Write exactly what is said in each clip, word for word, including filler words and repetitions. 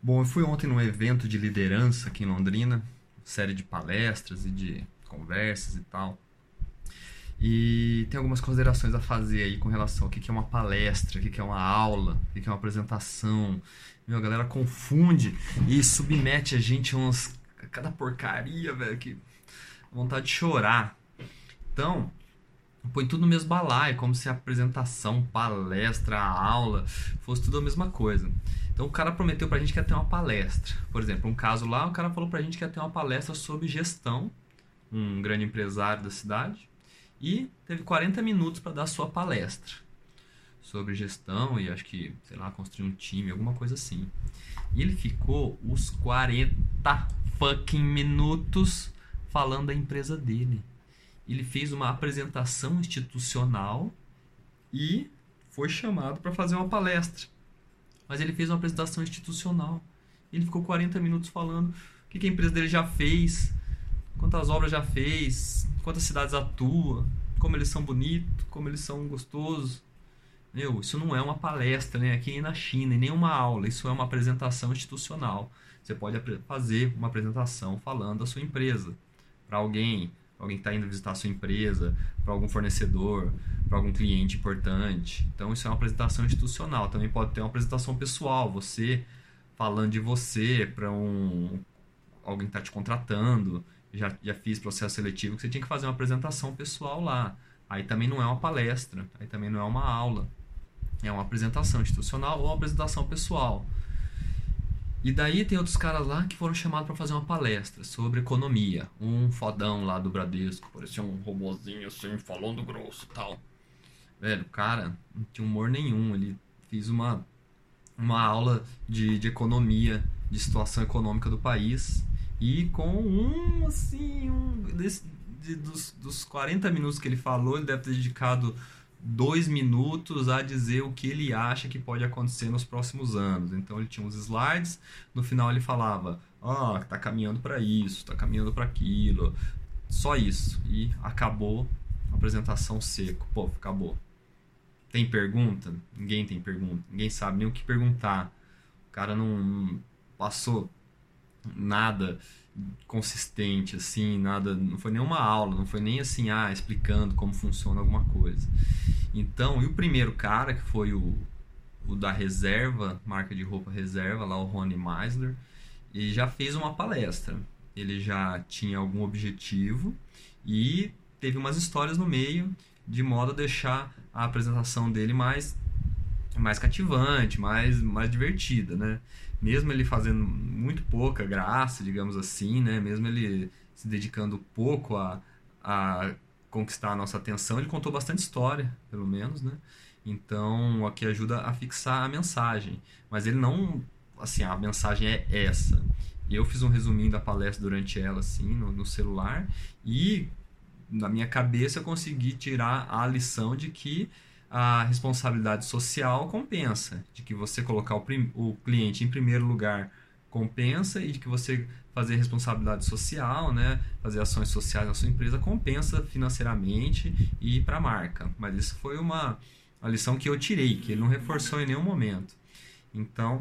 Bom, eu fui ontem num evento de liderança aqui em Londrina, série de palestras e de conversas e tal. E tem algumas considerações a fazer aí com relação ao que é uma palestra, o que é uma aula, o que é uma apresentação. Meu, a galera confunde e submete a gente a umas, a cada porcaria, velho, que vontade de chorar. Então, põe tudo no mesmo balaio, como se a apresentação, palestra, aula, fosse tudo a mesma coisa. Então o cara prometeu pra gente que ia ter uma palestra. Por exemplo, um caso lá, o cara falou pra gente que ia ter uma palestra sobre gestão, um grande empresário da cidade, e teve quarenta minutos para dar a sua palestra sobre gestão e acho que, sei lá, construir um time, alguma coisa assim. E ele ficou os quarenta fucking minutos falando da empresa dele. Ele fez uma apresentação institucional e foi chamado para fazer uma palestra. Mas ele fez uma apresentação institucional. Ele ficou quarenta minutos falando o que a empresa dele já fez, quantas obras já fez, quantas cidades atua, como eles são bonitos, como eles são gostosos. Meu, isso não é uma palestra, né? Aqui nem na China, nem uma aula. Isso é uma apresentação institucional. Você pode fazer uma apresentação falando da sua empresa para alguém, alguém que está indo visitar a sua empresa, para algum fornecedor, para algum cliente importante. Então isso é uma apresentação institucional. Também pode ter uma apresentação pessoal, você falando de você para um, alguém que está te contratando. Já, já fiz processo seletivo que você tinha que fazer uma apresentação pessoal lá. Aí também não é uma palestra, aí também não é uma aula. É uma apresentação institucional ou uma apresentação pessoal. E daí tem outros caras lá que foram chamados para fazer uma palestra sobre economia. Um fodão lá do Bradesco, parecia um robozinho assim, falando grosso e tal. Velho, o cara não tinha humor nenhum. Ele fez uma, uma aula de, de economia, de situação econômica do país. E com um, assim, um, desse, de, dos, dos quarenta minutos que ele falou, ele deve ter dedicado dois minutos a dizer o que ele acha que pode acontecer nos próximos anos. Então ele tinha uns slides, no final ele falava, ah, tá caminhando para isso, tá caminhando para aquilo, só isso. E acabou a apresentação seco. Pô, acabou. Tem pergunta? Ninguém tem pergunta, ninguém sabe nem o que perguntar. O cara não, não passou nada consistente, assim, nada, não foi nenhuma aula, não foi nem assim, ah, explicando como funciona alguma coisa. Então, e o primeiro cara, que foi o, o da reserva, marca de roupa reserva, lá o Rony Meisler, ele já fez uma palestra, ele já tinha algum objetivo e teve umas histórias no meio, de modo a deixar a apresentação dele mais, mais cativante, mais, mais divertida, né? Mesmo ele fazendo muito pouca graça, digamos assim, né? Mesmo ele se dedicando pouco a, a conquistar a nossa atenção, ele contou bastante história, pelo menos, né? Então, aqui ajuda a fixar a mensagem. Mas ele não... Assim, a mensagem é essa. Eu fiz um resuminho da palestra durante ela, assim, no, no celular, e na minha cabeça eu consegui tirar a lição de que a responsabilidade social compensa, de que você colocar o, prim, o cliente em primeiro lugar compensa e de que você fazer responsabilidade social, né, fazer ações sociais na sua empresa compensa financeiramente e para a marca. Mas isso foi uma, uma lição que eu tirei, que ele não reforçou em nenhum momento. Então,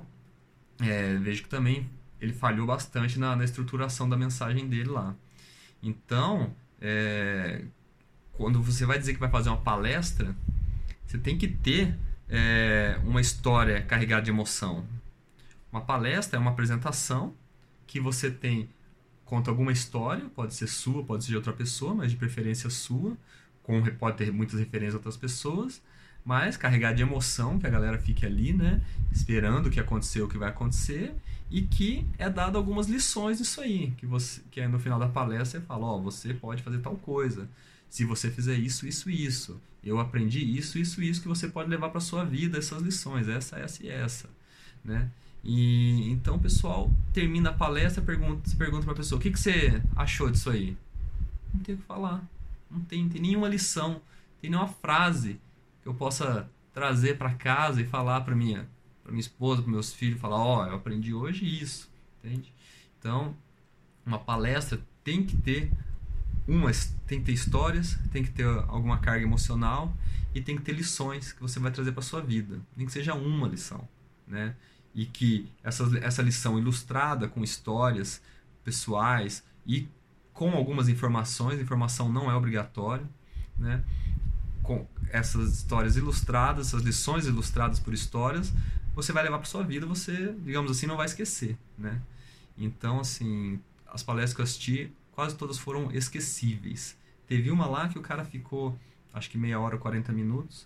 é, vejo que também ele falhou bastante na, na estruturação da mensagem dele lá. Então, é, quando você vai dizer que vai fazer uma palestra, você tem que ter é, uma história carregada de emoção. Uma palestra é uma apresentação que você tem, conta alguma história, pode ser sua, pode ser de outra pessoa, mas de preferência sua, com, pode ter muitas referências a outras pessoas, mas carregada de emoção, que a galera fique ali, né, esperando o que aconteceu, o que vai acontecer, e que é dado algumas lições disso aí, que, você, que é no final da palestra você fala, ó, oh, você pode fazer tal coisa, se você fizer isso, isso e isso, eu aprendi isso, isso e isso que você pode levar para sua vida, essas lições, essa, essa e essa, né? E então o pessoal termina a palestra, pergunta, se pergunta para a pessoa, o que, que você achou disso aí? Não tem o que falar, não tem, tem nenhuma lição, tem nenhuma frase que eu possa trazer para casa e falar para minha, para minha esposa, para meus filhos, falar, ó, oh, eu aprendi hoje isso, entende? Então, uma palestra tem que ter umas, tem que ter histórias, tem que ter alguma carga emocional e tem que ter lições que você vai trazer para sua vida, nem que seja uma lição, né? e que essa, essa lição ilustrada com histórias pessoais e com algumas informações, informação não é obrigatória, né? Com essas histórias ilustradas, essas lições ilustradas por histórias, você vai levar para sua vida, você, digamos assim, não vai esquecer, né? Então, assim, as palestras que eu assisti, quase todas foram esquecíveis. Teve uma lá que o cara ficou, acho que meia hora, quarenta minutos,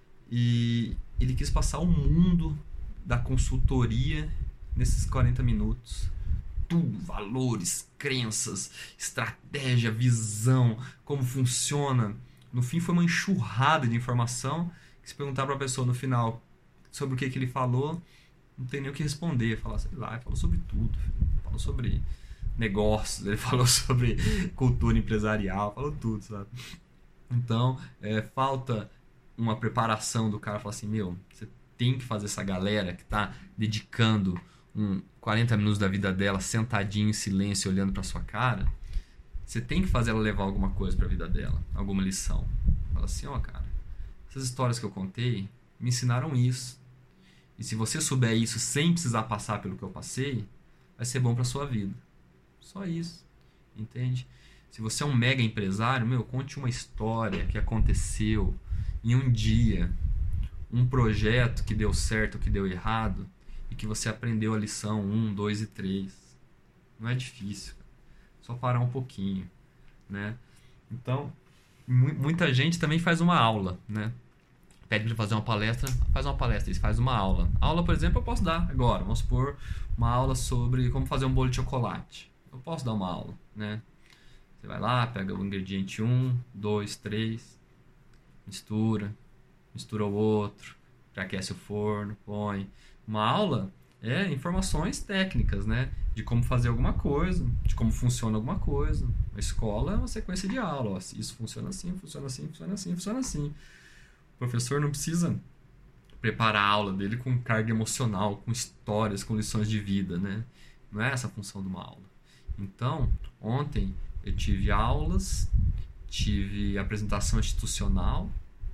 e ele quis passar o mundo da consultoria nesses quarenta minutos. Tudo, valores, crenças, estratégia, visão, como funciona. No fim foi uma enxurrada de informação que se perguntar para a pessoa no final sobre o que, que ele falou, não tem nem o que responder. Falar, sei lá, ele falou sobre tudo. Ele falou sobre negócios, ele falou sobre cultura empresarial, falou tudo, sabe? Então, é, falta uma preparação do cara falar assim, meu, você tem que fazer essa galera que está dedicando um quarenta minutos da vida dela sentadinho em silêncio olhando para sua cara, você tem que fazer ela levar alguma coisa para a vida dela, alguma lição. Fala assim, ó, oh, cara, essas histórias que eu contei me ensinaram isso. E se você souber isso sem precisar passar pelo que eu passei, vai ser bom para sua vida. Só isso, entende? Se você é um mega empresário, meu, conte uma história que aconteceu em um dia, um projeto que deu certo, que deu errado, e que você aprendeu a lição um, dois e três. Não é difícil, cara. Só parar um pouquinho, né? Então, muita gente também faz uma aula, né? Pede para fazer uma palestra, faz uma palestra, ele faz uma aula. Aula, por exemplo, eu posso dar agora. Vamos supor uma aula sobre como fazer um bolo de chocolate. Eu posso dar uma aula, né? Você vai lá, pega o ingrediente um, dois, três, mistura, mistura o outro, aquece o forno, põe. Uma aula é informações técnicas, né? De como fazer alguma coisa, de como funciona alguma coisa. A escola é uma sequência de aula. Ó, isso funciona assim, funciona assim, funciona assim, funciona assim. O professor não precisa preparar a aula dele com carga emocional, com histórias, com lições de vida, né? Não é essa a função de uma aula. Então, ontem eu tive aulas, tive apresentação institucional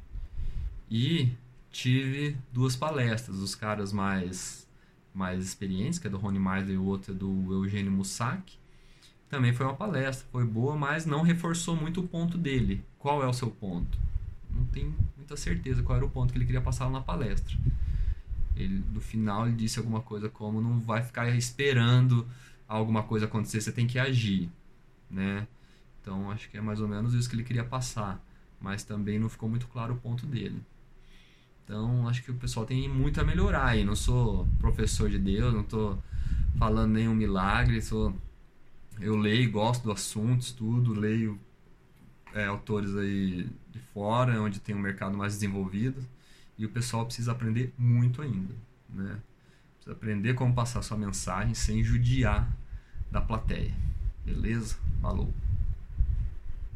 e tive duas palestras. Os caras mais, mais experientes, que é do Rony Meisler e o outro é do Eugênio Mussac. Também foi uma palestra, foi boa, mas não reforçou muito o ponto dele. Qual é o seu ponto? Não tenho muita certeza qual era o ponto que ele queria passar na palestra. Ele, no final ele disse alguma coisa como não vai ficar esperando alguma coisa acontecer, você tem que agir, né? Então acho que é mais ou menos isso que ele queria passar, mas também não ficou muito claro o ponto dele. Então acho que o pessoal tem muito a melhorar aí. Não sou professor de Deus, não estou falando nenhum milagre, sou... eu leio, gosto do assunto, estudo, leio é, autores aí de fora, onde tem um mercado mais desenvolvido, e o pessoal precisa aprender muito ainda, né? Precisa aprender como passar sua mensagem sem judiar da plateia. Beleza? Falou!